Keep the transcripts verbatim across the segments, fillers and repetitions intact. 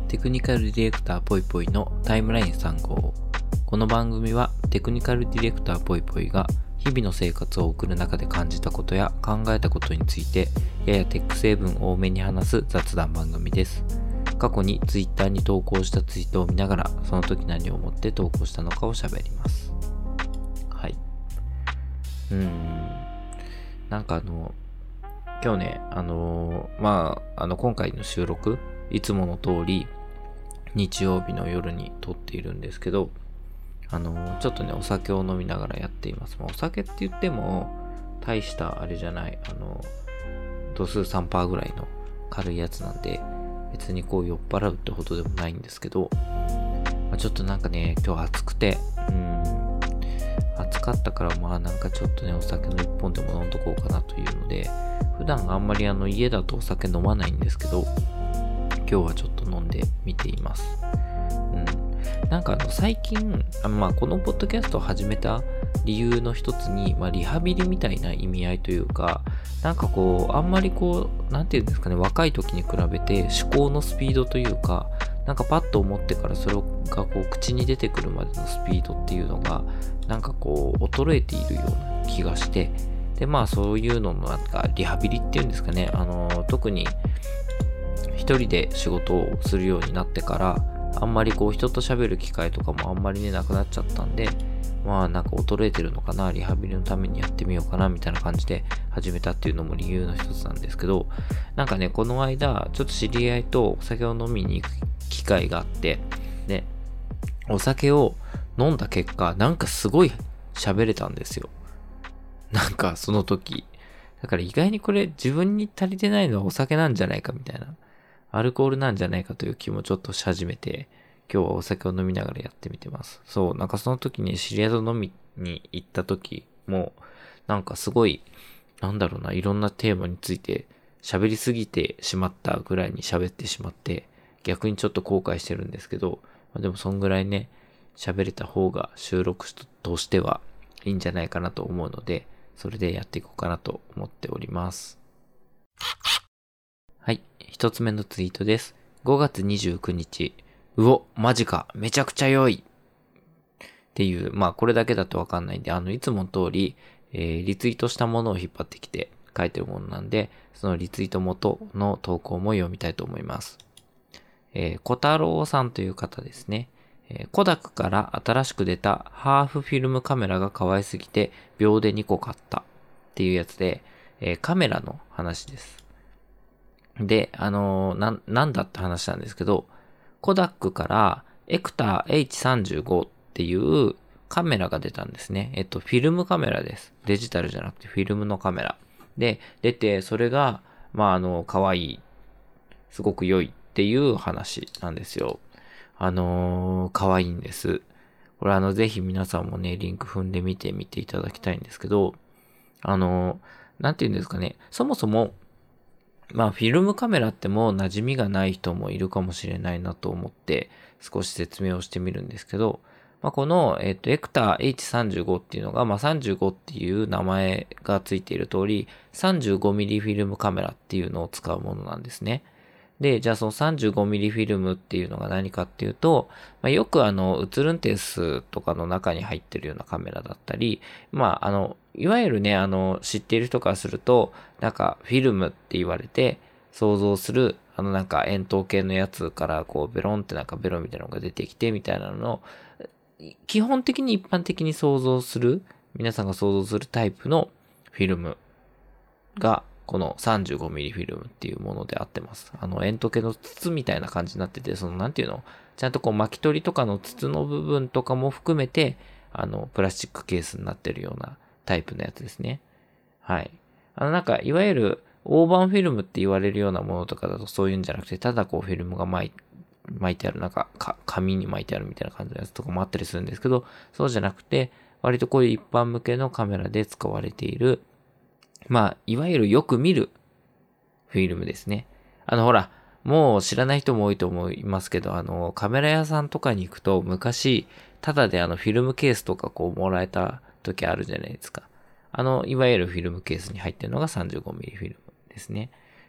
テクニカルディレクターぽいぽいのタイムラインさん号。この番組はテクニカルディレクターぽいぽいが日々の生活を送る中で感じたことや考えたことについてややテック成分多めに話す雑談番組です。過去にツイッターに投稿したツイートを見ながらその時何を思って投稿したのかを喋ります。はい。うーん。なんかあの、今日ね、あのー、まあ、あの今回の収録、いつもの通り日曜日の夜に撮っているんですけど、あのー、ちょっとね、お酒を飲みながらやっています。まあ、お酒って言っても、大したあれじゃない、あのー、度数 さんパーセント ぐらいの軽いやつなんで、別にこう酔っ払うってほどでもないんですけど、まあ、ちょっとなんかね、今日暑くて、うーん、暑かったからまあなんかちょっとね、お酒の一本でも飲んどこうかなというので、普段あんまりあの家だとお酒飲まないんですけど、今日はちょっと飲んでみています。うん。なんかあの最近、あまあこのポッドキャストを始めた理由の一つに、まあリハビリみたいな意味合いというか、なんかこう、あんまりこう、なんていうんですかね、若い時に比べて思考のスピードというか、なんかパッと思ってからそれがこう口に出てくるまでのスピードっていうのが、なんかこう衰えているような気がして、でまあそういうののなんかリハビリっていうんですかね、あの特に一人で仕事をするようになってから、あんまりこう人と喋る機会とかもあんまりねなくなっちゃったんで、まあなんか衰えてるのかな、リハビリのためにやってみようかなみたいな感じで始めたっていうのも理由の一つなんですけど、なんかねこの間ちょっと知り合いとお酒を飲みに行く機会があって、ね、お酒を飲んだ結果、なんかすごい喋れたんですよ。なんかその時。だから意外にこれ自分に足りてないのはお酒なんじゃないかみたいな。アルコールなんじゃないかという気もちょっとし始めて、今日はお酒を飲みながらやってみてます。そう、なんかその時に知り合いと飲みに行った時も、なんかすごい、なんだろうな、いろんなテーマについて喋りすぎてしまったぐらいに喋ってしまって、逆にちょっと後悔してるんですけど、まあ、でもそんぐらいね、喋れた方が収録としてはいいんじゃないかなと思うので、それでやっていこうかなと思っております。はい、一つ目のツイートです。ごがつにじゅうくにち、うお、マジか、めちゃくちゃ良いっていう、まあこれだけだとわかんないんで、あのいつもの通り、えー、リツイートしたものを引っ張ってきて書いてるものなんで、そのリツイート元の投稿も読みたいと思います。えー、小太郎さんという方ですね。えー、コダックから新しく出たハーフフィルムカメラが可愛すぎて秒でにこ買ったっていうやつで、えー、カメラの話です。で、あのー、な、なんだって話なんですけど、コダックからエクター エイチさんじゅうご っていうカメラが出たんですね。えっと、フィルムカメラです。デジタルじゃなくてフィルムのカメラ。で、出て、それが、まあ、あの、可愛い、すごく良いっていう話なんですよ。あのー、可愛いんです。これあの、ぜひ皆さんもね、リンク踏んでみてみていただきたいんですけど、あのー、なんて言うんですかね。そもそも、まあ、フィルムカメラってもう馴染みがない人もいるかもしれないなと思って、少し説明をしてみるんですけど、まあ、この、えっと、エクター エイチさんじゅうご っていうのが、まあ、さんじゅうごっていう名前がついている通り、さんじゅうごミリ フィルムカメラっていうのを使うものなんですね。で、じゃあその さんじゅうごミリ フィルムっていうのが何かっていうと、まあ、よくあの、映るんテースとかの中に入ってるようなカメラだったり、まあ、あの、いわゆるね、あの、知っている人からすると、なんか、フィルムって言われて、想像する、あのなんか円筒形のやつから、こう、ベロンってなんかベロみたいなのが出てきて、みたいなのを、基本的に一般的に想像する、皆さんが想像するタイプのフィルムが、この さんじゅうごミリ フィルムっていうものであってます。あの、円筒形の筒みたいな感じになってて、その、なんていうの、ちゃんとこう巻き取りとかの筒の部分とかも含めて、あの、プラスチックケースになってるようなタイプのやつですね。はい。あの、なんか、いわゆる大判フィルムって言われるようなものとかだとそういうんじゃなくて、ただこうフィルムが巻い巻いてある、なんか、か、紙に巻いてあるみたいな感じのやつとかもあったりするんですけど、そうじゃなくて、割とこういう一般向けのカメラで使われている、まあ、いわゆるよく見るフィルムですね。あの、ほら、もう知らない人も多いと思いますけど、あの、カメラ屋さんとかに行くと、昔、ただであの、フィルムケースとかこう、もらえた時あるじゃないですか。あの、いわゆるフィルムケースに入ってるのが さんじゅうごミリ フィルムですね。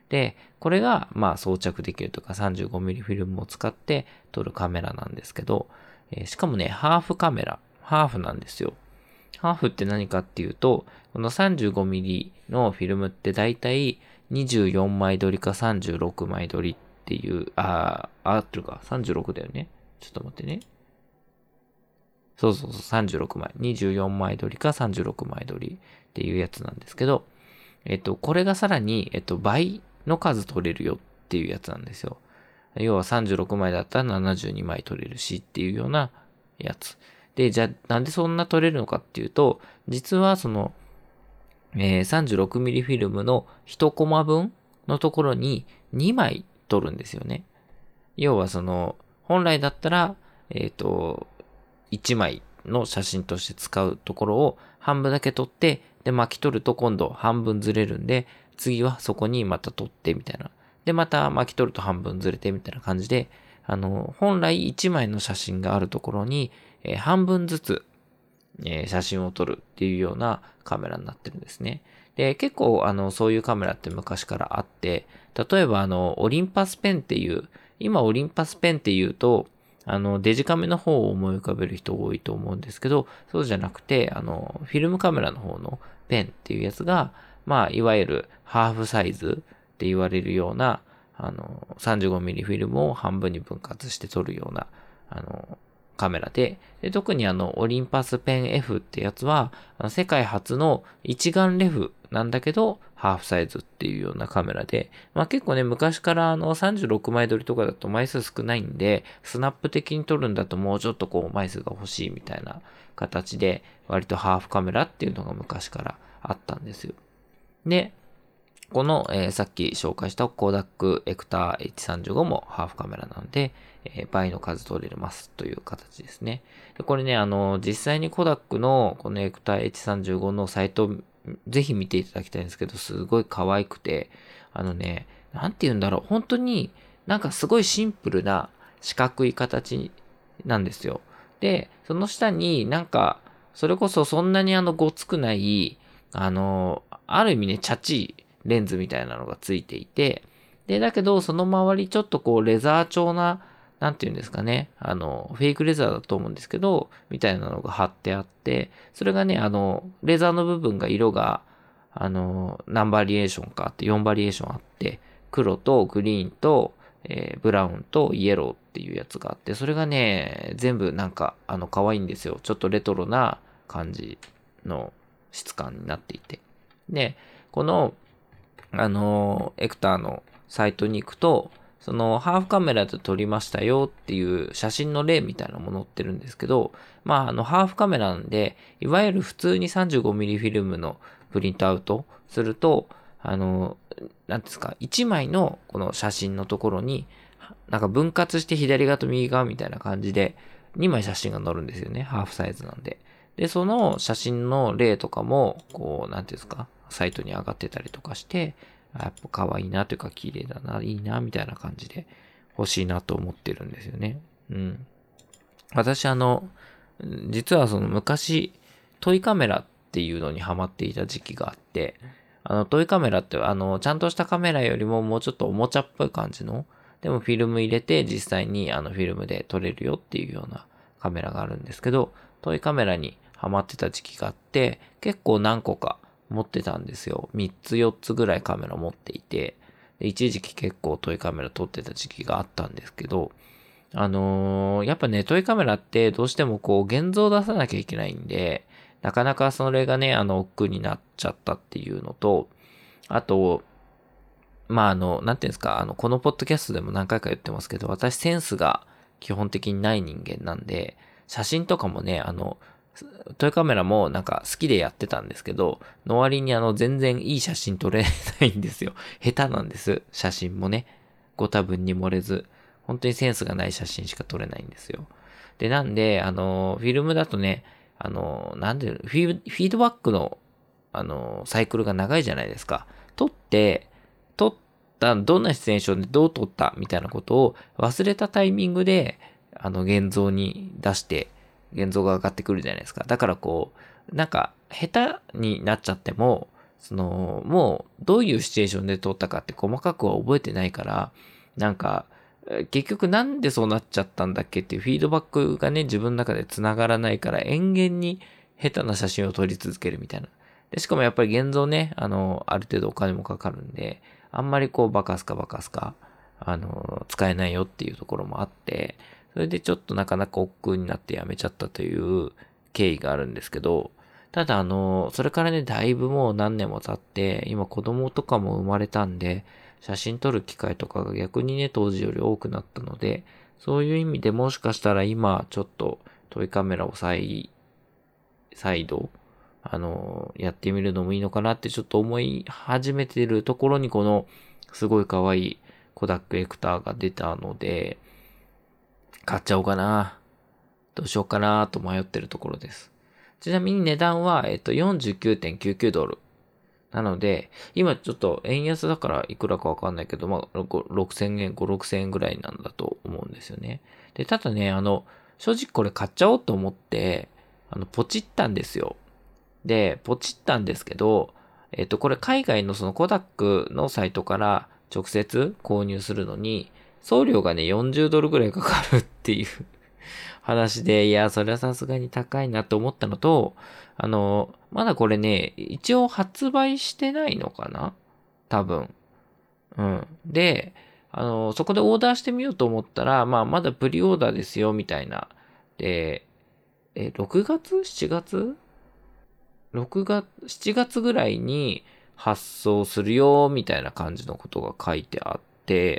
で、これが、まあ装着できるとか さんじゅうごミリ フィルムを使って撮るカメラなんですけど、えー、しかもね、ハーフカメラ、ハーフなんですよ。ハーフって何かっていうと、この さんじゅうごミリ のフィルムってだいたいにじゅうよんまい撮りかさんじゅうろくまい撮りっていう、あー、あってるか、さんじゅうろくだよね。ちょっと待ってね。そうそうそう、さんじゅうろくまい。にじゅうよんまい撮りかさんじゅうろくまい撮りっていうやつなんですけど、えっと、これがさらに、えっと、倍の数撮れるよっていうやつなんですよ。要はさんじゅうろくまいだったらななじゅうにまい撮れるしっていうようなやつ。で、じゃあなんでそんな撮れるのかっていうと、実はその、えー、さんじゅうろくミリ フィルムのいちコマ分のところににまい撮るんですよね。要はその、本来だったら、えっと、いちまいの写真として使うところを半分だけ撮って、で、巻き取ると今度半分ずれるんで、次はそこにまた撮ってみたいな。で、また巻き取ると半分ずれてみたいな感じで、あの、本来いちまいの写真があるところに、えー、半分ずつ、えー、写真を撮るっていうようなカメラになってるんですね。で、結構、あの、そういうカメラって昔からあって、例えば、あの、オリンパスペンっていう、今オリンパスペンっていうと、あの、デジカメの方を思い浮かべる人多いと思うんですけど、そうじゃなくて、あの、フィルムカメラの方のペンっていうやつが、まあ、いわゆるハーフサイズって言われるような、あの、さんじゅうごミリ フィルムを半分に分割して撮るような、あの、カメラで、で特にあの、オリンパスペン F ってやつは、世界初の一眼レフなんだけど、ハーフサイズっていうようなカメラで、まあ結構ね、昔からあの、さんじゅうろくまい撮りとかだと枚数少ないんで、スナップ的に撮るんだともうちょっとこう、枚数が欲しいみたいな形で、割とハーフカメラっていうのが昔からあったんですよ。で、この、えー、さっき紹介したコーダックエクター エイチさんじゅうご もハーフカメラなので、えー、倍の数撮れますという形ですね。でこれね、あの、実際にコダックのこのエクター エイチさんじゅうご のサイト、ぜひ見ていただきたいんですけど、すごい可愛くて、あのね、なんて言うんだろう、本当になんかすごいシンプルな四角い形なんですよ。で、その下になんか、それこそそんなにあのごつくない、あの、ある意味ね、チャチいレンズみたいなのがついていて、で、だけど、その周りちょっとこう、レザー調な、なんていうんですかね、あの、フェイクレザーだと思うんですけど、みたいなのが貼ってあって、それがね、あの、レザーの部分が色が、あの、何バリエーションかあって、よんバリエーションあって、黒とグリーンと、えー、ブラウンとイエローっていうやつがあって、それがね、全部なんか、あの、可愛いんですよ。ちょっとレトロな感じの質感になっていて。で、この、あの、エクターのサイトに行くと、そのハーフカメラで撮りましたよっていう写真の例みたいなのも載ってるんですけど、まあ、あの、ハーフカメラなんで、いわゆる普通に さんじゅうごミリ フィルムのプリントアウトすると、あの、なんですか、いちまいのこの写真のところに、なんか分割して左側と右側みたいな感じで、にまい写真が載るんですよね。ハーフサイズなんで。で、その写真の例とかも、こう、なんていうんですか、サイトに上がってたりとかして、やっぱ可愛いなというか綺麗だな、いいな、みたいな感じで欲しいなと思ってるんですよね。うん。私あの、実はその昔、トイカメラっていうのにハマっていた時期があって、あの、トイカメラってあの、ちゃんとしたカメラよりももうちょっとおもちゃっぽい感じの、でもフィルム入れて実際にあのフィルムで撮れるよっていうようなカメラがあるんですけど、トイカメラにハマってた時期があって、結構何個か持ってたんですよ。みっつよっつぐらいカメラ持っていて、で一時期結構トイカメラ撮ってた時期があったんですけど、あのー、やっぱね、トイカメラってどうしてもこう現像出さなきゃいけないんで、なかなかそれがね、あの、億劫になっちゃったっていうのと、あと、まあ、あの、なんていうんですか、あの、このポッドキャストでも何回か言ってますけど、私センスが基本的にない人間なんで、写真とかもね、あの、トイカメラもなんか好きでやってたんですけど、の割にあの、全然いい写真撮れないんですよ。下手なんです。写真もね。ご多分に漏れず。本当にセンスがない写真しか撮れないんですよ。で、なんで、あの、フィルムだとね、あの、なんで、フィードバックの、あの、サイクルが長いじゃないですか。撮って、撮った、どんなシチュエーションでどう撮ったみたいなことを忘れたタイミングで、あの、現像に出して、現像が上がってくるじゃないですか。だからこう、なんか、下手になっちゃっても、 その、もうどういうシチュエーションで撮ったかって細かくは覚えてないから、なんか、結局なんでそうなっちゃったんだっけっていうフィードバックがね、自分の中で繋がらないから延々に下手な写真を撮り続けるみたいな。で、しかもやっぱり現像ね、あの、ある程度お金もかかるんで、あんまりこうバカすかバカすか、あの、使えないよっていうところもあって、それでちょっとなかなか億劫になってやめちゃったという経緯があるんですけど、ただあの、それからね、だいぶもう何年も経って、今子供とかも生まれたんで、写真撮る機会とかが逆にね、当時より多くなったので、そういう意味でもしかしたら今、ちょっとトイカメラを再、再度、あの、やってみるのもいいのかなってちょっと思い始めてるところに、この、すごい可愛いコダックエクターが出たので、買っちゃおうかな。どうしようかなと迷ってるところです。ちなみに値段は、えっと、よんじゅうきゅうてんきゅうきゅうドル。なので、今ちょっと円安だからいくらかわかんないけど、まあ、ろくせんえん、ご、ろくせんえんぐらいなんだと思うんですよね。で、ただね、あの、正直これ買っちゃおうと思って、あの、ポチったんですよ。で、ポチったんですけど、えっと、これ海外のそのコダックのサイトから直接購入するのに、送料がね、よんじゅうドルぐらいかかるっていう話で、いや、それはさすがに高いなと思ったのと、あの、まだこれね、一応発売してないのかな？多分。うん。で、あの、そこでオーダーしてみようと思ったら、まあ、まだプリオーダーですよ、みたいな。で、え、ろくがつ ?しち 月 ?ろく 月、しちがつぐらいに発送するよ、みたいな感じのことが書いてあって、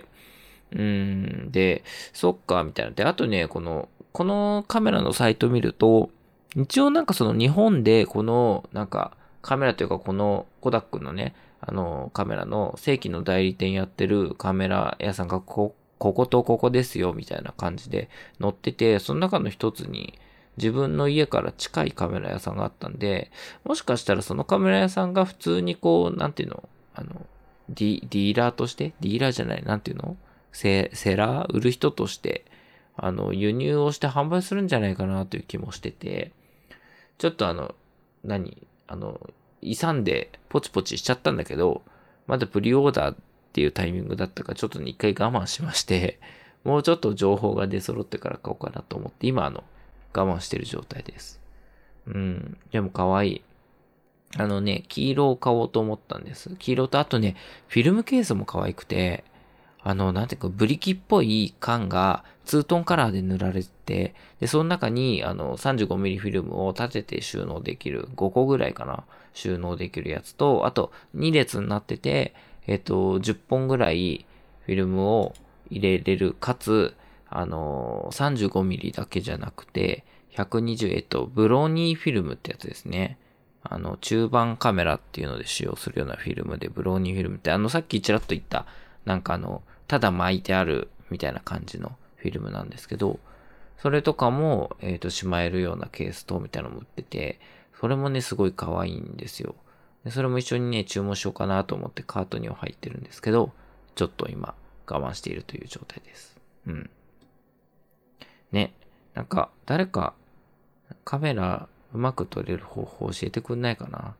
うーん、で、そっか、みたいな。で、あとね、この、このカメラのサイト見ると、一応なんかその日本でこのなんかカメラというかこのコダックのね、あのカメラの正規の代理店やってるカメラ屋さんがこ、こことここですよみたいな感じで載ってて、その中の一つに自分の家から近いカメラ屋さんがあったんで、もしかしたらそのカメラ屋さんが普通にこう、なんていうの、あの、ディ、ディーラーとして、ディーラーじゃない、なんていうのセ、セラー売る人として、あの、輸入をして販売するんじゃないかなという気もしてて、ちょっとあの、何あの、勇んでポチポチしちゃったんだけど、まだプリオーダーっていうタイミングだったから、ちょっと一回我慢しまして、もうちょっと情報が出揃ってから買おうかなと思って、今あの、我慢してる状態です。うん。でも可愛い。あのね、黄色を買おうと思ったんです。黄色とあとね、フィルムケースも可愛くて、あの、なんていうか、ブリキっぽい缶がツートンカラーで塗られてて、で、その中に、あの、さんじゅうごミリ フィルムを立てて収納できる、ごこぐらいかな、収納できるやつと、あと、に列になってて、えっと、じゅっぽんぐらいフィルムを入れれる、かつ、あの、さんじゅうごミリ だけじゃなくて、ひゃくにじゅう、えっと、ブロニーフィルムってやつですね。あの、中盤カメラっていうので使用するようなフィルムで、ブロニーフィルムって、あの、さっきちらっと言った、なんかあの、ただ巻いてあるみたいな感じのフィルムなんですけど、それとかも、えっと、しまえるようなケースとみたいなのも売ってて、それもね、すごい可愛いんですよ。でそれも一緒にね、注文しようかなと思ってカートには入ってるんですけど、ちょっと今、我慢しているという状態です。うん。ね、なんか、誰か、カメラうまく撮れる方法教えてくんないかな。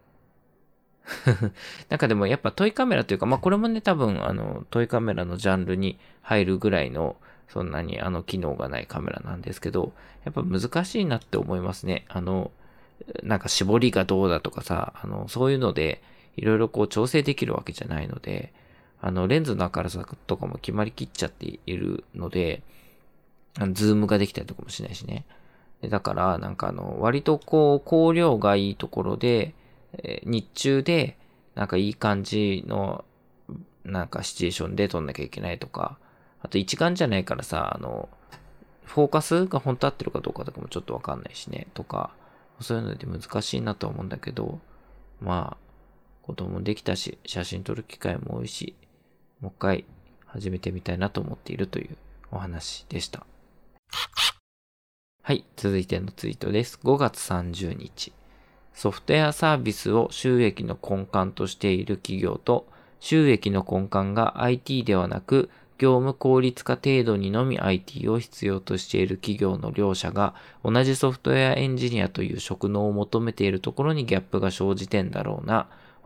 なんかでもやっぱトイカメラというか、まあこれもね多分あのトイカメラのジャンルに入るぐらいのそんなにあの機能がないカメラなんですけど、やっぱ難しいなって思いますね。あの、なんか絞りがどうだとかさ、あの、そういうのでいろいろこう調整できるわけじゃないので、あのレンズの明るさとかも決まりきっちゃっているので、ズームができたりとかもしないしね。でだからなんかあの割とこう光量がいいところで、えー、日中でなんかいい感じのなんかシチュエーションで撮んなきゃいけないとか、あと一眼じゃないからさ、あのフォーカスが本当合ってるかどうかとかもちょっとわかんないしねとか、そういうので難しいなとは思うんだけど、まあ子供できたし写真撮る機会も多いし、もう一回始めてみたいなと思っているというお話でした。はい、続いてのツイートです。ごがつさんじゅうにち。ソフトウェアサービスを収益の根幹としている企業と、収益の根幹が アイティー ではなく、業務効率化程度にのみ アイティー を必要としている企業の両者が、同じソフトウェアエンジニアという職能を求めているところにギャップが生じてんだろうな。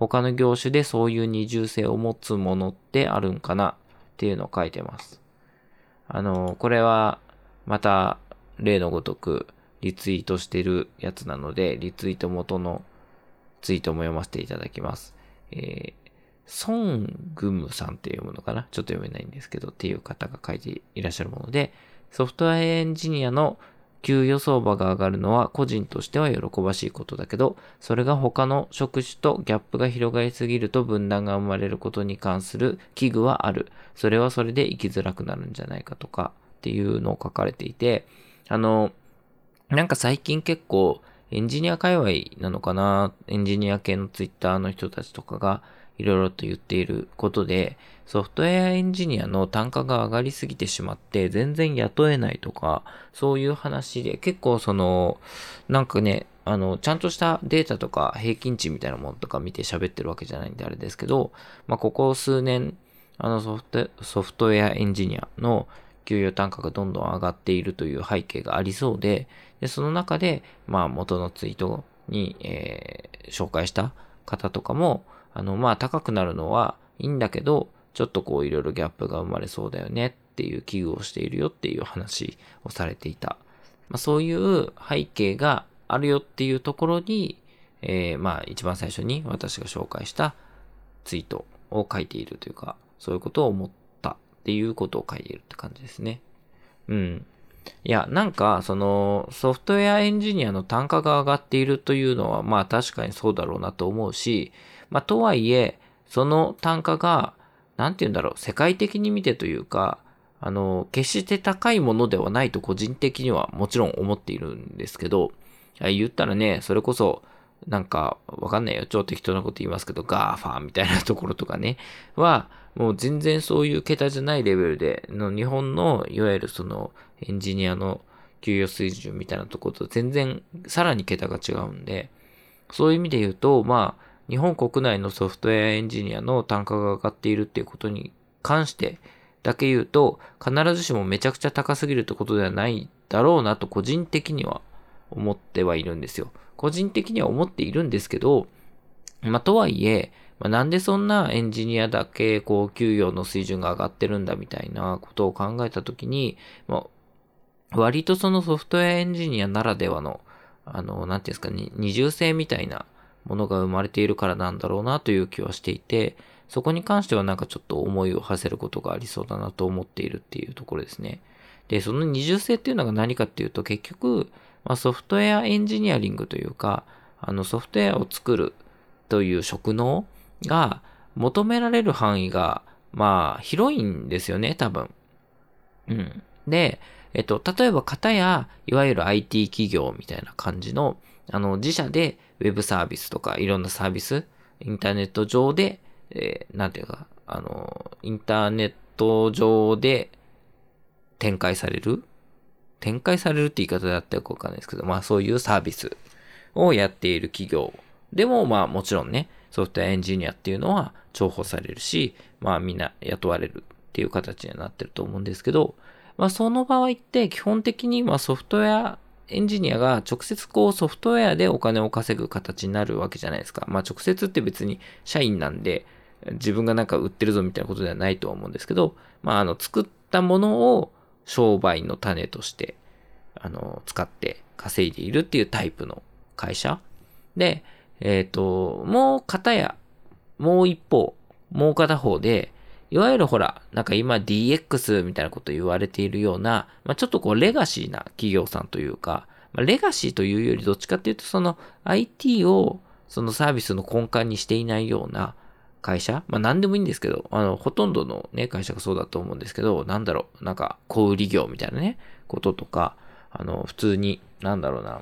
他の業種でそういう二重性を持つものってあるんかなっていうのを書いてます。あの、これはまた例のごとくリツイートしてるやつなので、リツイート元のツイートも読ませていただきます。えー、ソングムさんって読むのかな？ちょっと読めないんですけどっていう方が書いていらっしゃるもので、ソフトウェアエンジニアの給与相場が上がるのは個人としては喜ばしいことだけど、それが他の職種とギャップが広がりすぎると分断が生まれることに関する危惧はある。それはそれで生きづらくなるんじゃないかとかっていうのを書かれていて、あの、なんか最近結構エンジニア界隈なのかな、エンジニア系のツイッターの人たちとかがいろいろと言っていることで、ソフトウェアエンジニアの単価が上がりすぎてしまって全然雇えないとか、そういう話で結構その、なんかね、あの、ちゃんとしたデータとか平均値みたいなものとか見て喋ってるわけじゃないんであれですけど、まあ、ここ数年、あのソフト、ソフトウェアエンジニアの給与単価がどんどん上がっているという背景がありそうで、でその中で、まあ、元のツイートに、えー、紹介した方とかも、あの、まあ、高くなるのはいいんだけど、ちょっとこういろいろギャップが生まれそうだよねっていう危惧をしているよっていう話をされていた。まあ、そういう背景があるよっていうところに、えー、まあ、一番最初に私が紹介したツイートを書いているというか、そういうことを思ったっていうことを書いているって感じですね。うん。いや、なんか、その、ソフトウェアエンジニアの単価が上がっているというのは、まあ確かにそうだろうなと思うし、まあとはいえ、その単価が、なんて言うんだろう、世界的に見てというか、あの、決して高いものではないと個人的にはもちろん思っているんですけど、言ったらね、それこそ、なんか、わかんないよ。超適当なこと言いますけど、ガーファーみたいなところとかね、は、もう全然そういう桁じゃないレベルで、の日本の、いわゆるその、エンジニアの給与水準みたいなところと全然、さらに桁が違うんで、そういう意味で言うと、まあ、日本国内のソフトウェアエンジニアの単価が上がっているっていうことに関してだけ言うと、必ずしもめちゃくちゃ高すぎるってことではないだろうなと個人的には思ってはいるんですよ。個人的には思っているんですけど、まあ、とはいえ、まあ、なんでそんなエンジニアだけ、こう、給与の水準が上がってるんだみたいなことを考えたときに、まあ、割とそのソフトウェアエンジニアならではの、あの、なんていうんですかね、二重性みたいなものが生まれているからなんだろうなという気はしていて、そこに関してはなんかちょっと思いを馳せることがありそうだなと思っているっていうところですね。で、その二重性っていうのが何かっていうと、結局、まあ、ソフトウェアエンジニアリングというか、あのソフトウェアを作るという職能が求められる範囲が、まあ、広いんですよね、多分。うん。で、えっと、例えば、方や、いわゆる アイティー 企業みたいな感じの、あの、自社でウェブサービスとか、いろんなサービス、インターネット上で、えー、なんていうか、あの、インターネット上で展開される展開されるって言い方だったらよくわかんないですけど、まあそういうサービスをやっている企業でも、まあもちろんね、ソフトウェアエンジニアっていうのは重宝されるし、まあみんな雇われるっていう形にはなってると思うんですけど、まあその場合って基本的にまあソフトウェアエンジニアが直接こうソフトウェアでお金を稼ぐ形になるわけじゃないですか。まあ直接って別に社員なんで自分がなんか売ってるぞみたいなことではないとは思うんですけど、まああの作ったものを商売の種としてあの使って稼いでいるっていうタイプの会社で、えっと、もう片や、もう一方、もう片方で、いわゆるほら、なんか今 ディーエックス みたいなこと言われているような、まあ、ちょっとこうレガシーな企業さんというか、まあ、レガシーというよりどっちかっていうとその アイティー をそのサービスの根幹にしていないような会社、まあ何でもいいんですけど、あの、ほとんどのね、会社がそうだと思うんですけど、なんだろう、なんか小売業みたいなね、こととか、あの、普通に、なんだろうな、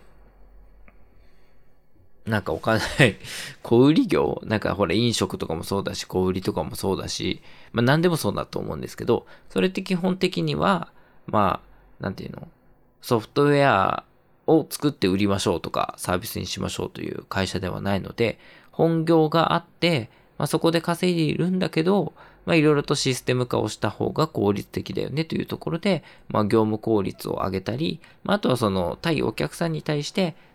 なんかお金小売業なんかほら飲食とかもそうだし、小売とかもそうだし、まあ何でもそうだと思うんですけど、それって基本的には、まあ、なんていうの、ソフトウェアを作って売りましょうとか、サービスにしましょうという会社ではないので、本業があって、まあそこで稼いでいるんだけど、まあいろいろとシステム化をした方が効率的だよねというところで、まあ業務効率を上げたり、まああとはその対お客さんに対して、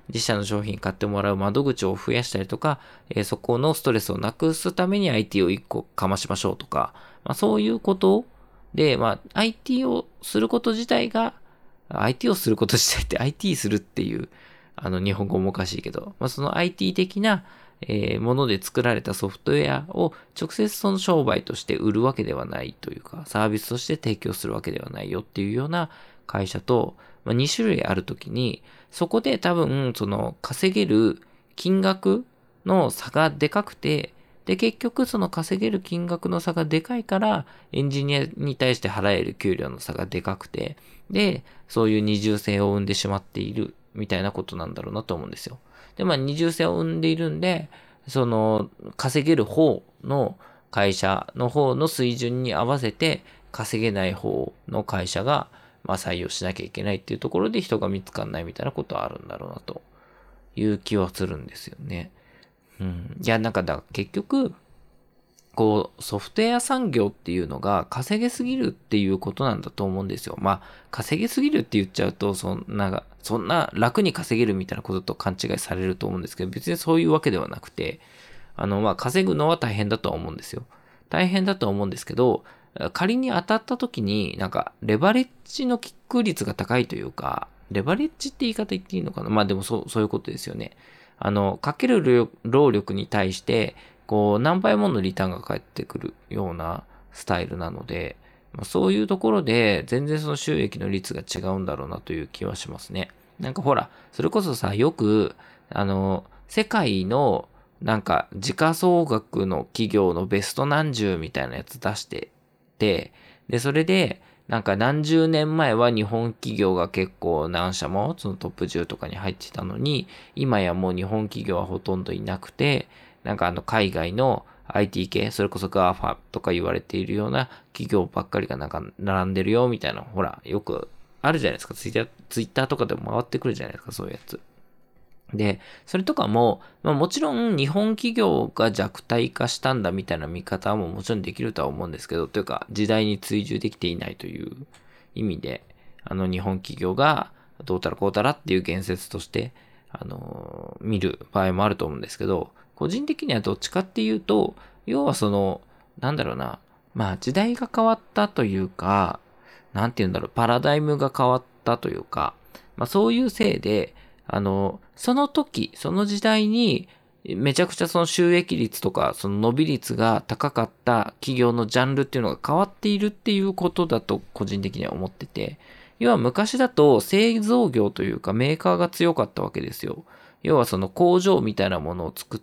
自社の商品買ってもらう窓口を増やしたりとか、えー、そこのストレスをなくすために アイティー をいっこかましましょうとか、まあ、そういうことで、まあ、アイティー をすること自体が、アイティー をすること自体って アイティー するっていう、あの、日本語もおかしいけど、まあ、その アイティー 的な、えー、もので作られたソフトウェアを直接その商売として売るわけではないというか、サービスとして提供するわけではないよっていうような会社と、まあ、に種類あるときに、そこで多分、その稼げる金額の差がでかくて、で、結局その稼げる金額の差がでかいから、エンジニアに対して払える給料の差がでかくて、で、そういう二重性を生んでしまっているみたいなことなんだろうなと思うんですよ。で、まあ二重性を生んでいるんで、その稼げる方の会社の方の水準に合わせて稼げない方の会社がまあ採用しなきゃいけないっていうところで人が見つかんないみたいなことはあるんだろうなという気はするんですよね。うん。いや、なんかだ、結局、こう、ソフトウェア産業っていうのが稼げすぎるっていうことなんだと思うんですよ。まあ、稼げすぎるって言っちゃうと、そんな、そんな楽に稼げるみたいなことと勘違いされると思うんですけど、別にそういうわけではなくて、あの、まあ、稼ぐのは大変だとは思うんですよ。大変だとは思うんですけど、仮に当たった時に、なんか、レバレッジのキック率が高いというか、レバレッジって言い方言っていいのかな？まあでもそう、そういうことですよね。あの、かける労力に対して、こう、何倍ものリターンが返ってくるようなスタイルなので、まあ、そういうところで全然その収益の率が違うんだろうなという気はしますね。なんかほら、それこそさ、よく、あの、世界のなんか時価総額の企業のベスト何十みたいなやつ出してて、で、それで、なんか何十年前は日本企業が結構何社もそのトップじゅうとかに入ってたのに、今やもう日本企業はほとんどいなくて、なんかあの海外の アイティー 系、それこそ ガーファ とか言われているような企業ばっかりがなんか並んでるよみたいな、ほら、よくあるじゃないですか。ツイッター、ツイッターとかでも回ってくるじゃないですか、そういうやつ。で、それとかも、まあ、もちろん日本企業が弱体化したんだみたいな見方ももちろんできるとは思うんですけど、というか時代に追従できていないという意味で、あの日本企業がどうたらこうたらっていう言説として、あのー、見る場合もあると思うんですけど、個人的にはどっちかっていうと、要はその、なんだろうな、まあ時代が変わったというか、なんて言うんだろう、パラダイムが変わったというか、まあそういうせいで、あの、その時、その時代に、めちゃくちゃその収益率とか、その伸び率が高かった企業のジャンルっていうのが変わっているっていうことだと個人的には思ってて、要は昔だと製造業というかメーカーが強かったわけですよ。要はその工場みたいなものを作って、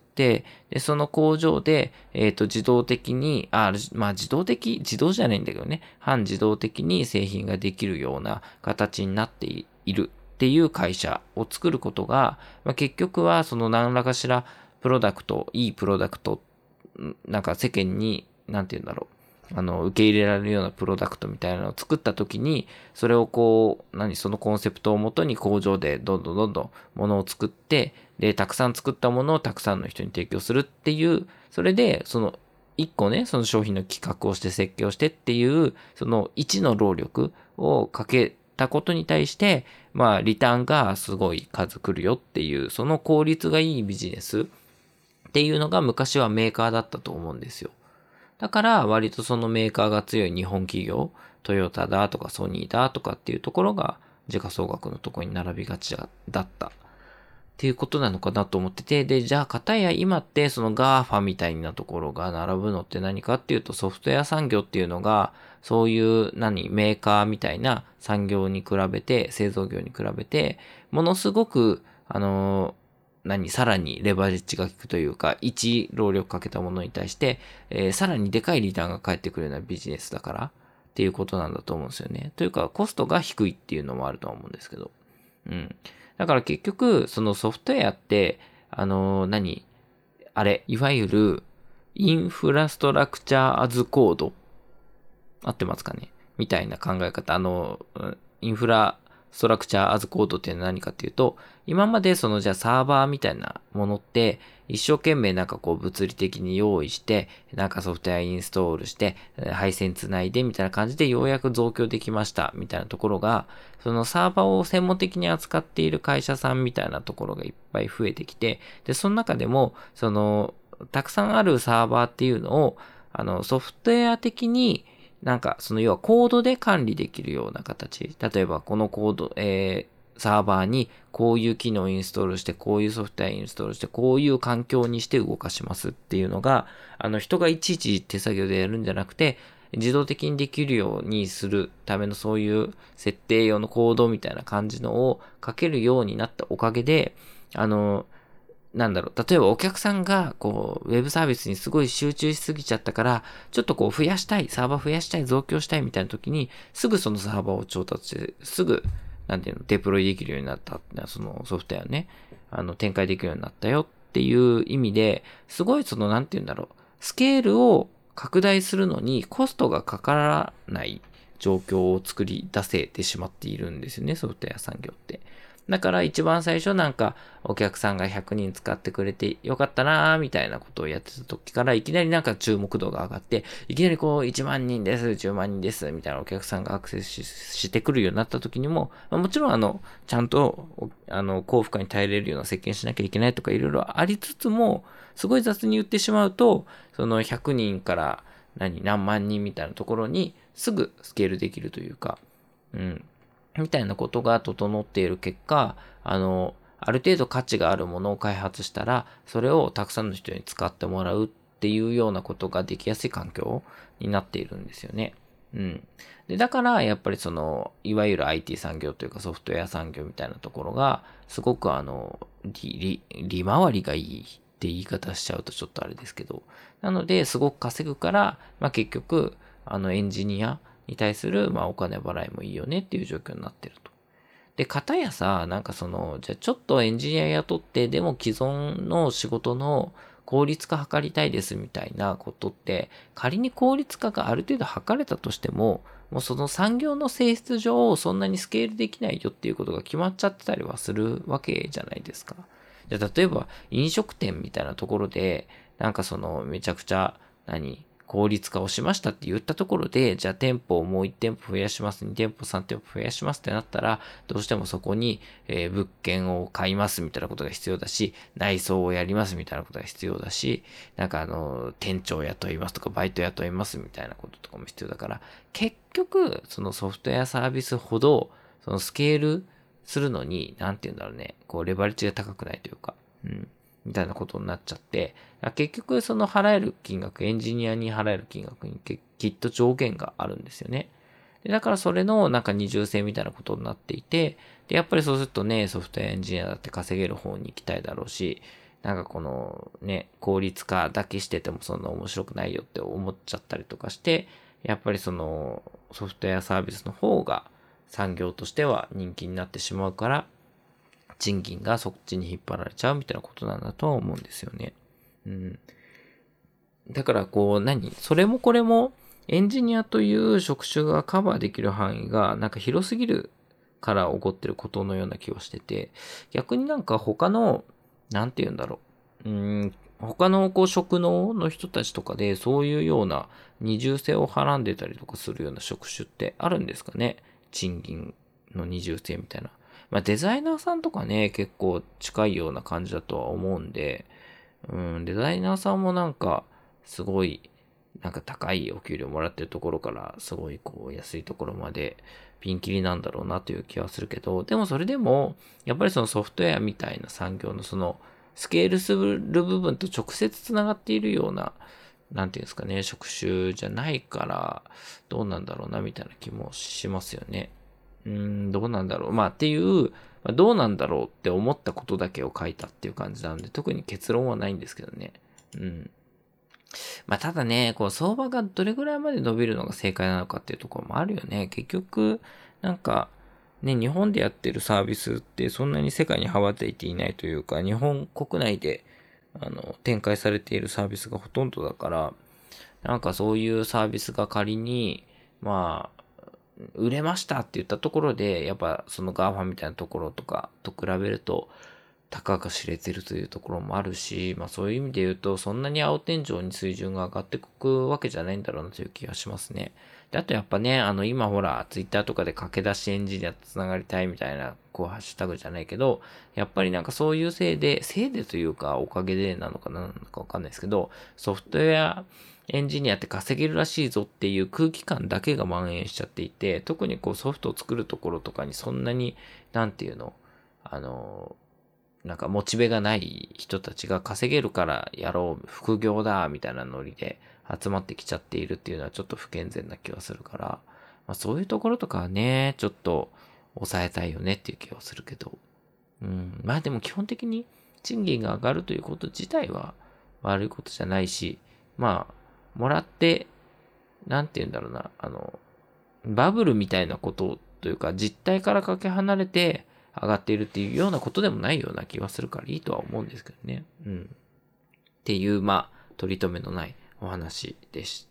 で、その工場で、えっと、自動的に、あ、まあ自動的、自動じゃないんだけどね、半自動的に製品ができるような形になっている。っていう会社を作ることが、まあ、結局はその何らかしらプロダクト、いいプロダクト、なんか世間に、なんて言うんだろう、あの、受け入れられるようなプロダクトみたいなのを作ったときに、それをこう、何、そのコンセプトをもとに工場でどんどんどんどんものを作って、で、たくさん作ったものをたくさんの人に提供するっていう、それで、その、一個ね、その商品の企画をして設計をしてっていう、その一の労力をかけたことに対して、まあ、リターンがすごい数来るよっていう、その効率がいいビジネスっていうのが昔はメーカーだったと思うんですよ。だから割とそのメーカーが強い日本企業、トヨタだとかソニーだとかっていうところが時価総額のところに並びがちだったっていうことなのかなと思ってて、で、じゃあ片や今ってその ガーファ みたいなところが並ぶのって何かっていうと、ソフトウェア産業っていうのがそういう何メーカーみたいな産業に比べて、製造業に比べてものすごくあの何さらにレバレッジが効くというか、いち労力かけたものに対して、えー、さらにでかいリターンが返ってくるようなビジネスだからっていうことなんだと思うんですよね。というかコストが低いっていうのもあるとは思うんですけど、うん。だから結局、そのソフトウェアって、あのー、何あれ、いわゆる、インフラストラクチャーアズコード合ってますかねみたいな考え方。あの、インフラストラクチャーアズコードって何かっていうと、今までそのじゃあサーバーみたいなものって一生懸命なんかこう物理的に用意して、なんかソフトウェアインストールして、配線つないでみたいな感じでようやく増強できましたみたいなところが、そのサーバーを専門的に扱っている会社さんみたいなところがいっぱい増えてきて、で、その中でも、その、たくさんあるサーバーっていうのを、あの、ソフトウェア的になんか、その要はコードで管理できるような形。例えば、このコード、えー、サーバーにこういう機能をインストールして、こういうソフトウェアインストールして、こういう環境にして動かしますっていうのが、あの、人がいちいち手作業でやるんじゃなくて、自動的にできるようにするためのそういう設定用のコードみたいな感じのを書けるようになったおかげで、あの、なんだろう、例えばお客さんが、こう、ウェブサービスにすごい集中しすぎちゃったから、ちょっとこう増やしたい、サーバー増やしたい、増強したいみたいな時に、すぐそのサーバーを調達して、すぐ、なんていうの、デプロイできるようになった、そのソフトウェアをね、あの、展開できるようになったよっていう意味で、すごいその、なんていうんだろう、スケールを拡大するのにコストがかからない状況を作り出せてしまっているんですよね、ソフトウェア産業って。だから一番最初なんかお客さんがひゃくにん使ってくれてよかったなーみたいなことをやってた時からいきなりなんか注目度が上がって、いきなりこういちまんにんです、じゅうまんにんですみたいなお客さんがアクセス し, してくるようになった時にも、まあ、もちろんあの、ちゃんとあの高負荷に耐えれるような設計しなきゃいけないとかいろいろありつつも、すごい雑に言ってしまうと、そのひゃくにんから何、何万人みたいなところにすぐスケールできるというか、うん。みたいなことが整っている結果、あの、ある程度価値があるものを開発したら、それをたくさんの人に使ってもらうっていうようなことができやすい環境になっているんですよね。うん。で、だから、やっぱりその、いわゆる アイティー 産業というかソフトウェア産業みたいなところが、すごくあの、利、利、利回りがいいって言い方しちゃうとちょっとあれですけど、なので、すごく稼ぐから、まあ結局、あの、エンジニア、に対する、まあ、お金払いもいいよねっていう状況になってると。で、片やさ、なんかその、じゃあちょっとエンジニア雇って、でも既存の仕事の効率化図りたいですみたいなことって、仮に効率化がある程度図れたとしても、もうその産業の性質上、そんなにスケールできないよっていうことが決まっちゃってたりはするわけじゃないですか。じゃあ例えば、飲食店みたいなところで、なんかその、めちゃくちゃ、何効率化をしましたって言ったところで、じゃあ店舗をもういち店舗増やします、に店舗さん店舗増やしますってなったら、どうしてもそこに、えー、物件を買いますみたいなことが必要だし、内装をやりますみたいなことが必要だし、なんかあの、店長を雇いますとか、バイト雇いますみたいなこととかも必要だから、結局、そのソフトウェアサービスほど、そのスケールするのに、なんて言うんだろうね、こう、レバレッジが高くないというか、うん。みたいなことになっちゃって、結局その払える金額、エンジニアに払える金額にきっと上限があるんですよね。でだからそれのなんか二重性みたいなことになっていて、で、やっぱりそうするとね、ソフトウェアエンジニアだって稼げる方に行きたいだろうし、なんかこのね、効率化だけしててもそんな面白くないよって思っちゃったりとかして、やっぱりそのソフトウェアサービスの方が産業としては人気になってしまうから、賃金がそっちに引っ張られちゃうみたいなことなんだとは思うんですよね。うん。だからこう何それもこれもエンジニアという職種がカバーできる範囲がなんか広すぎるから起こってることのような気はしてて、逆になんか他の、なんて言うんだろう。うーん、他のこう職能の人たちとかでそういうような二重性をはらんでたりとかするような職種ってあるんですかね。賃金の二重性みたいな。まあデザイナーさんとかね、結構近いような感じだとは思うんで、うん、デザイナーさんもなんか、すごい、なんか高いお給料もらってるところから、すごいこう安いところまでピンキリなんだろうなという気はするけど、でもそれでも、やっぱりそのソフトウェアみたいな産業のその、スケールする部分と直接つながっているような、なんていうんですかね、職種じゃないから、どうなんだろうな、みたいな気もしますよね。うーん、どうなんだろう。まあっていう、まあ、どうなんだろうって思ったことだけを書いたっていう感じなんで、特に結論はないんですけどね。うん。まあただね、こう相場がどれぐらいまで伸びるのが正解なのかっていうところもあるよね。結局、なんか、ね、日本でやってるサービスってそんなに世界に羽ばたいていないというか、日本国内で、あの、展開されているサービスがほとんどだから、なんかそういうサービスが仮に、まあ、 売れましたって言ったところで、やっぱそのガーファみたいなところとかと比べると、たかが知れてるというところもあるし、まあそういう意味で言うと、そんなに青天井に水準が上がってくわけじゃないんだろうなという気がしますね。で、あとやっぱね、あの今ほら、ツイッターとかで駆け出しエンジニアとつながりたいみたいな、こうハッシュタグじゃないけど、やっぱりなんかそういうせいで、せいでというかおかげでなのかな、なのかわかんないですけど、ソフトウェアエンジニアって稼げるらしいぞっていう空気感だけが蔓延しちゃっていて、特にこうソフトを作るところとかにそんなに、なんていうの、あの、なんかモチベがない人たちが稼げるからやろう、副業だ、みたいなノリで集まってきちゃっているっていうのはちょっと不健全な気がするから、まあそういうところとかはね、ちょっと抑えたいよねっていう気はするけど。うん、まあでも基本的に賃金が上がるということ自体は悪いことじゃないし、まあ、もらって、なんて言うんだろうな、あの、バブルみたいなことというか、実態からかけ離れて上がっているっていうようなことでもないような気はするからいいとは思うんですけどね。うん。っていう、まあ、取り留めのないお話でした。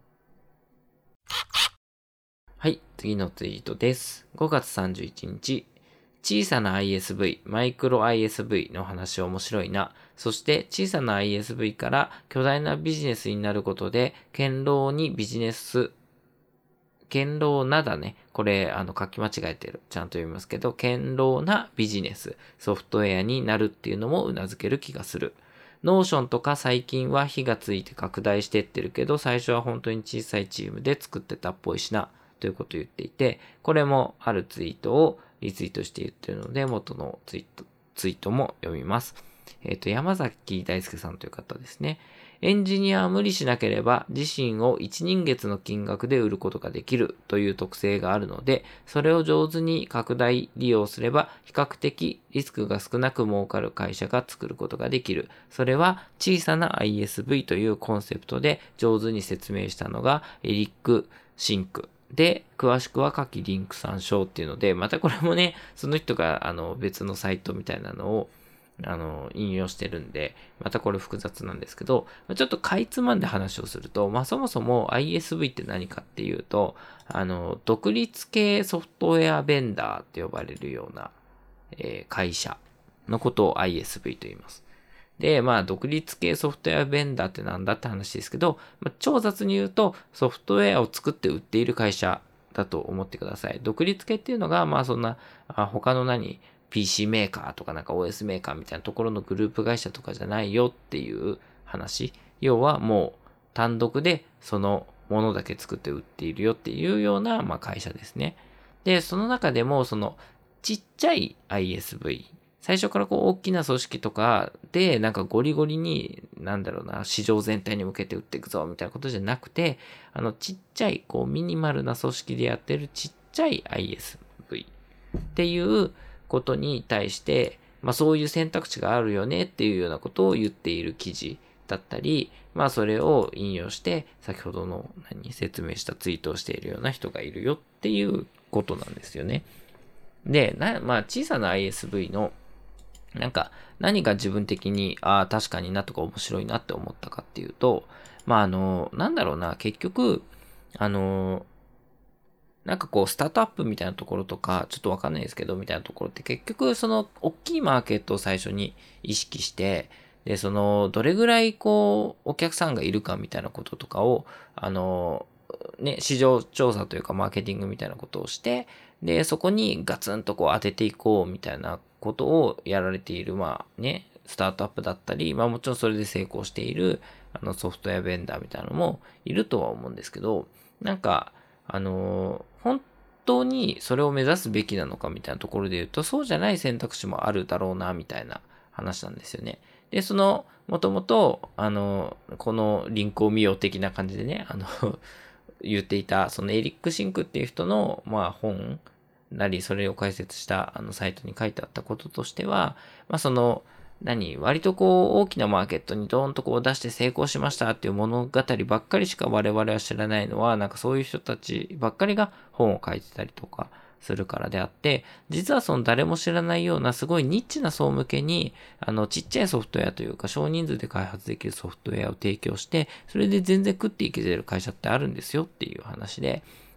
はい、次のツイートです。ごがつさんじゅういちにち、小さな アイエスブイ、マイクロ アイエスブイ の話面白いな。そして小さな アイエスブイ から巨大なビジネスになることで、堅牢にビジネス、堅牢なだね。これ、あの、書き間違えてる。ちゃんと読みますけど、堅牢なビジネス、ソフトウェアになるっていうのも頷ける気がする。ノーションとか最近は火がついて拡大してってるけど、最初は本当に小さいチームで作ってたっぽいしな。ということを言っていて、これもあるツイートをリツイートして言ってるので、元のツイート、ツイートも読みます。えっと、山崎大輔さんという方ですね。エンジニアは無理しなければ自身を一人月の金額で売ることができるという特性があるので、それを上手に拡大利用すれば比較的リスクが少なく儲かる会社が作ることができる。それは小さな アイエスブイ というコンセプトで上手に説明したのがエリック・シンク。で、詳しくは下記リンク参照っていうので、またこれもね、その人があの別のサイトみたいなのをあの引用してるんで、またこれ複雑なんですけど、ちょっとかいつまんで話をすると、まあそもそも アイエスブイ って何かっていうと、あの、独立系ソフトウェアベンダーって呼ばれるような、えー、会社のことを アイエスブイ と言います。で、まあ、独立系ソフトウェアベンダーってなんだって話ですけど、まあ、超雑に言うと、ソフトウェアを作って売っている会社だと思ってください。独立系っていうのが、まあ、そんな、あ他の何、ピーシー メーカーとかなんか オーエス メーカーみたいなところのグループ会社とかじゃないよっていう話。要はもう、単独でそのものだけ作って売っているよっていうような、まあ、会社ですね。で、その中でも、その、ちっちゃい アイエスブイ、最初からこう大きな組織とかでなんかゴリゴリになんだろうな市場全体に向けて売っていくぞみたいなことじゃなくて、あのちっちゃいこうミニマルな組織でやってるちっちゃい アイエスブイ っていうことに対して、まあそういう選択肢があるよねっていうようなことを言っている記事だったり、まあそれを引用して先ほどの何説明したツイートをしているような人がいるよっていうことなんですよね。で、なまあ小さな アイエスブイ のなんか何が自分的に、ああ、確かになとか面白いなって思ったかっていうと、まああの、なんだろうな、結局、あの、なんかこう、スタートアップみたいなところとか、ちょっとわかんないですけど、みたいなところって結局、その、大きいマーケットを最初に意識して、で、その、どれぐらいこう、お客さんがいるかみたいなこととかを、あの、ね、市場調査というかマーケティングみたいなことをして、で、そこにガツンとこう当てていこうみたいなことをやられている、まあね、スタートアップだったり、まあもちろんそれで成功している、あのソフトウェアベンダーみたいなのもいるとは思うんですけど、なんか、あのー、本当にそれを目指すべきなのかみたいなところで言うと、そうじゃない選択肢もあるだろうな、みたいな話なんですよね。で、その、もともと、あの、このリンクを見よう的な感じでね、あの言っていた、そのエリック・シンクっていう人の、まあ本なり、それを解説したあのサイトに書いてあったこととしては、まあその、何割とこう大きなマーケットにドーンとこう出して成功しましたっていう物語ばっかりしか我々は知らないのは、なんかそういう人たちばっかりが本を書いてたりとかするからであって、実はその誰も知らないようなすごいニッチな層向けに、あのちっちゃいソフトウェアというか少人数で開発できるソフトウェアを提供して、それで全然食っていけてる会社ってあるんですよっていう話で、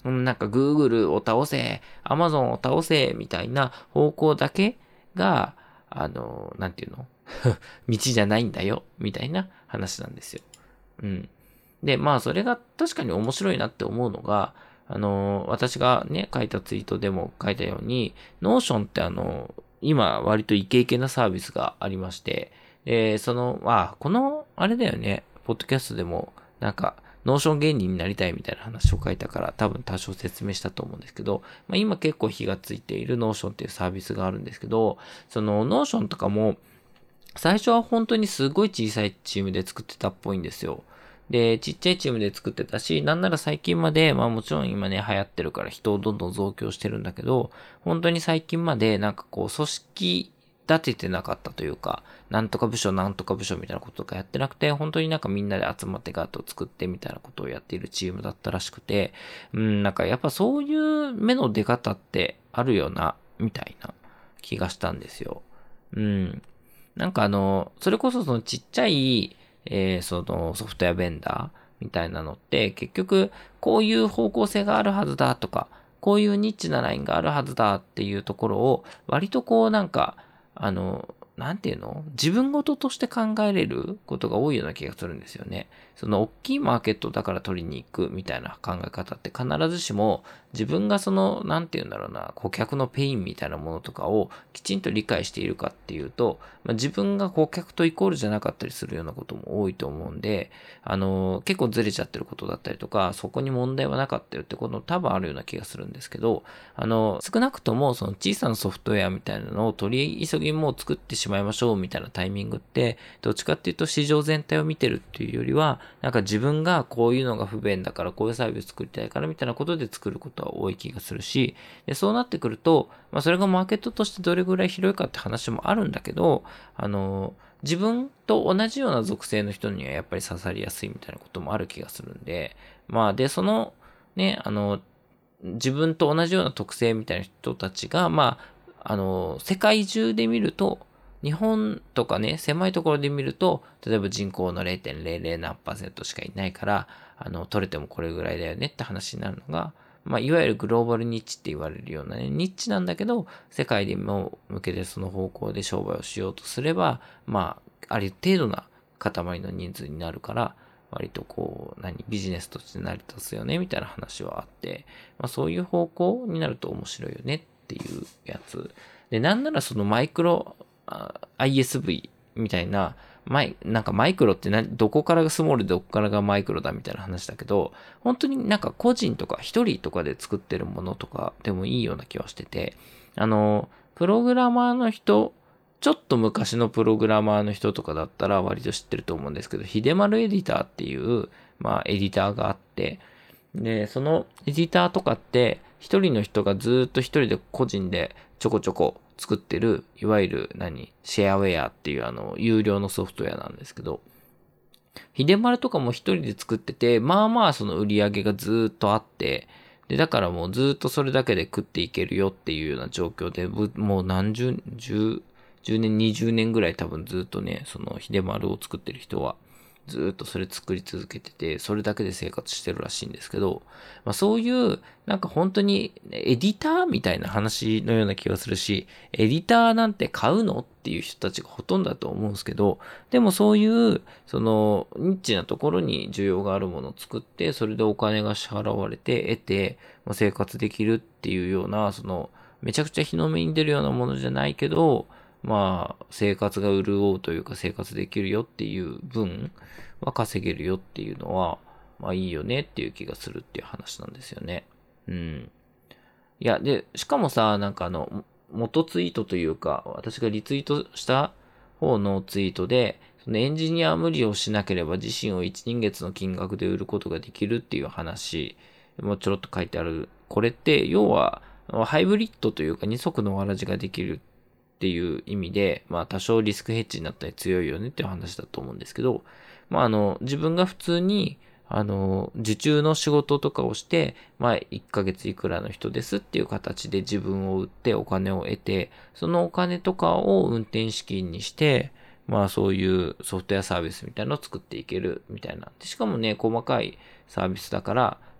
うん、なんか Google を倒せ、Amazon を倒せ、みたいな方向だけが、あの、なんていうの道じゃないんだよ、みたいな話なんですよ。うん。で、まあ、それが確かに面白いなって思うのが、あの、私がね、書いたツイートでも書いたように、Notion ってあの、今割とイケイケなサービスがありまして、えその、まあ、この、あれだよね、ポッドキャストでも、なんか、ノーション芸人になりたいみたいな話を書いたから多分多少説明したと思うんですけど、まあ、今結構火がついているノーションっていうサービスがあるんですけど、そのノーションとかも最初は本当にすごい小さいチームで作ってたっぽいんですよ。で、ちっちゃいチームで作ってたし、なんなら最近まで、まあもちろん今ね流行ってるから人をどんどん増強してるんだけど、本当に最近までなんかこう組織立ててなかったというか、なんとか部署なんとか部署みたいなこととかやってなくて、本当になんかみんなで集まってガーッと作ってみたいなことをやっているチームだったらしくて、うん、なんかやっぱそういう目の出方ってあるよな、みたいな気がしたんですよ。うん。なんかあの、それこそそのちっちゃい、えー、そのソフトウェアベンダーみたいなのって、結局こういう方向性があるはずだとか、こういうニッチなラインがあるはずだっていうところを、割とこうなんか、あの、なんていうの自分事として考えれることが多いような気がするんですよね。その大きいマーケットだから取りに行くみたいな考え方って必ずしも自分がその、なんていうんだろうな、顧客のペインみたいなものとかをきちんと理解しているかっていうと、まあ、自分が顧客とイコールじゃなかったりするようなことも多いと思うんで、あの、結構ずれちゃってることだったりとか、そこに問題はなかったよってことも多分あるような気がするんですけど、あの、少なくともその小さなソフトウェアみたいなのを取り急ぎもう作ってしまいましょうみたいなタイミングって、どっちかっていうと市場全体を見てるっていうよりは、なんか自分がこういうのが不便だからこういうサービス作りたいからみたいなことで作ることは多い気がするし、でそうなってくると、まあそれがマーケットとしてどれぐらい広いかって話もあるんだけど、あの、自分と同じような属性の人にはやっぱり刺さりやすいみたいなこともある気がするんで、まあで、そのね、あの、自分と同じような特性みたいな人たちが、まあ、あの、世界中で見ると、日本とかね、狭いところで見ると、例えば人口の ゼロてんゼロゼロ 何パーセントしかいないから、あの、取れてもこれぐらいだよねって話になるのが、まあ、いわゆるグローバルニッチって言われるようなね、ニッチなんだけど、世界でも向けてその方向で商売をしようとすれば、まあ、ある程度な塊の人数になるから、割とこう、何、ビジネスとして成り立つよね、みたいな話はあって、まあそういう方向になると面白いよねっていうやつ。で、なんならそのマイクロ、アイエスブイ みたいな、マイ、なんかマイクロって何、どこからがスモールでどこからがマイクロだみたいな話だけど、本当になんか個人とか一人とかで作ってるものとかでもいいような気はしてて、あの、プログラマーの人、ちょっと昔のプログラマーの人とかだったら割と知ってると思うんですけど、秀丸エディターっていう、まあエディターがあって、で、そのエディターとかって、一人の人がずっと一人で個人でちょこちょこ作ってる、いわゆる何、シェアウェアっていうあの、有料のソフトウェアなんですけど、秀丸とかも一人で作ってて、まあまあその売り上げがずっとあって、で、だからもうずっとそれだけで食っていけるよっていうような状況で、もう何十、十、じゅうねん、にじゅうねんぐらい多分ずっとね、その秀丸を作ってる人は、ずっとそれ作り続けてて、それだけで生活してるらしいんですけど、まあそういう、なんか本当にエディターみたいな話のような気がするし、エディターなんて買うのっていう人たちがほとんどだと思うんですけど、でもそういう、その、ニッチなところに需要があるものを作って、それでお金が支払われて、得て、まあ、生活できるっていうような、その、めちゃくちゃ日の目に出るようなものじゃないけど、まあ、生活が潤うというか生活できるよっていう分は稼げるよっていうのは、まあいいよねっていう気がするっていう話なんですよね。うん。いや、で、しかもさ、なんかあの、元ツイートというか、私がリツイートした方のツイートで、そのエンジニアは無理をしなければ自身を一人月の金額で売ることができるっていう話もちょろっと書いてある。これって、要は、ハイブリッドというか二足のわらじができるっていう意味で、まあ多少リスクヘッジになったり強いよねっていう話だと思うんですけど、まああの、自分が普通に、あの、受注の仕事とかをして、まあいっかげついくらの人ですっていう形で自分を売ってお金を得て、そのお金とかを運転資金にして、まあそういうソフトウェアサービスみたいなのを作っていけるみたいな。でしかもね、細かいサービスだから、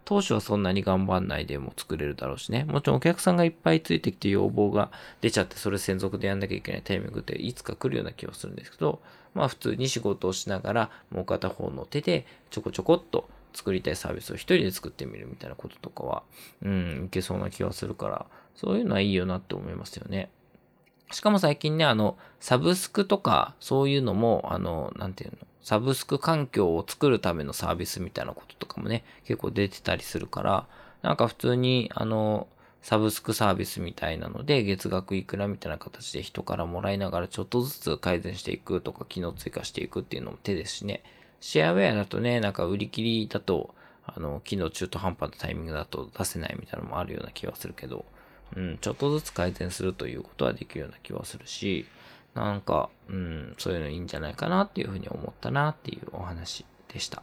当初はそんなに頑張んないでも作れるだろうしね。もちろんお客さんがいっぱいついてきて要望が出ちゃって、それ専属でやんなきゃいけないタイミングっていつか来るような気はするんですけど、まあ普通に仕事をしながら、もう片方の手でちょこちょこっと作りたいサービスを一人で作ってみるみたいなこととかは、うん、いけそうな気がするから、そういうのはいいよなって思いますよね。しかも最近ね、あの、サブスクとか、そういうのも、あの、なんていうの、サブスク環境を作るためのサービスみたいなこととかもね、結構出てたりするから、なんか普通に、あの、サブスクサービスみたいなので、月額いくらみたいな形で人からもらいながらちょっとずつ改善していくとか、機能追加していくっていうのも手ですしね。シェアウェアだとね、なんか売り切りだと、あの、機能中途半端なタイミングだと出せないみたいなのもあるような気はするけど、うん、ちょっとずつ改善するということはできるような気はするし、なんか、うん、そういうのいいんじゃないかなっていうふうに思ったなっていうお話でした。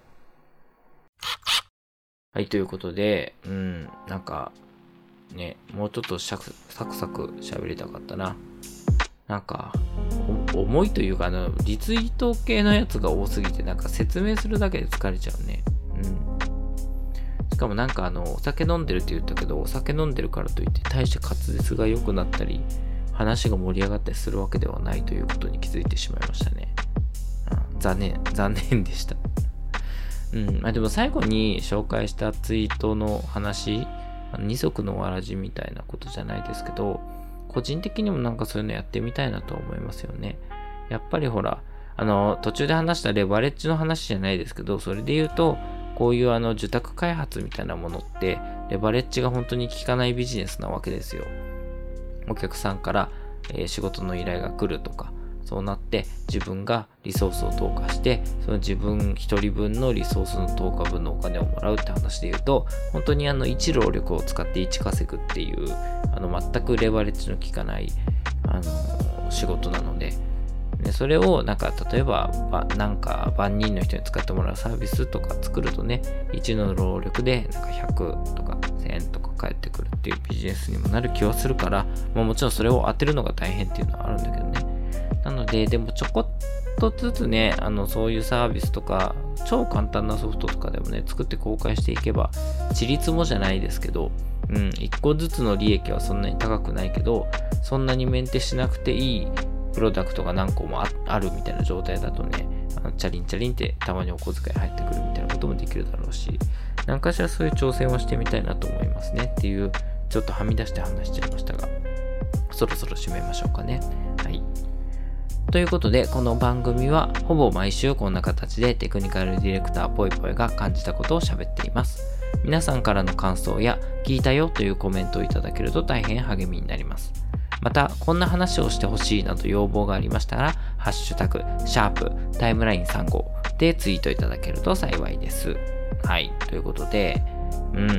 はい、ということで、うん、なんか、ね、もうちょっとサクサクサク喋りたかったな。なんか、重いというか、あの、リツイート系のやつが多すぎて、なんか説明するだけで疲れちゃうね。うん。しかもなんかあの、お酒飲んでるって言ったけど、お酒飲んでるからといって大して滑舌が良くなったり、話が盛り上がったりするわけではないということに気づいてしまいましたね。うん、残念、残念でした。うん、まあでも最後に紹介したツイートの話、あの二足のわらじみたいなことじゃないですけど、個人的にもなんかそういうのやってみたいなと思いますよね。やっぱりほら、あの、途中で話したレバレッジの話じゃないですけど、それで言うと、こういうあの受託開発みたいなものって、レバレッジが本当に効かないビジネスなわけですよ。お客さんから、えー、仕事の依頼が来るとか、そうなって自分がリソースを投下して、その自分一人分のリソースの投下分のお金をもらうって話で言うと、本当にあのいち労力を使っていち稼ぐっていう、あの全くレバレッジの効かない、あのー、仕事なので、でそれをなんか例えばなんか万人の人に使ってもらうサービスとか作るとね、いちの労力でなんかひゃくとかせんえんとか返ってくるっていうビジネスにもなる気はするから、まあ、もちろんそれを当てるのが大変っていうのはあるんだけどね。なのででもちょこっとずつね、あのそういうサービスとか超簡単なソフトとかでもね作って公開していけば、ちりつもじゃないですけど、うん、いっこずつの利益はそんなに高くないけど、そんなにメンテしなくていいプロダクトが何個も あ, あるみたいな状態だとね、あのチャリンチャリンってたまにお小遣い入ってくるみたいなこともできるだろうし、何かしらそういう挑戦をしてみたいなと思いますねっていう、ちょっとはみ出して話しちゃいましたが、そろそろ締めましょうかね。はい。ということで、この番組はほぼ毎週こんな形でテクニカルディレクターぽいぽいが感じたことを喋っています。皆さんからの感想や聞いたよというコメントをいただけると大変励みになります。また、こんな話をしてほしいなど要望がありましたら、ハッシュタグ、シャープ、タイムラインさんじゅうごでツイートいただけると幸いです。はい。ということで、うん。うん。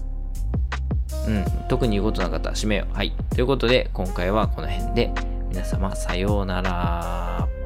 特に言うことなかったら締めよう。はい。ということで、今回はこの辺で、皆様さようなら。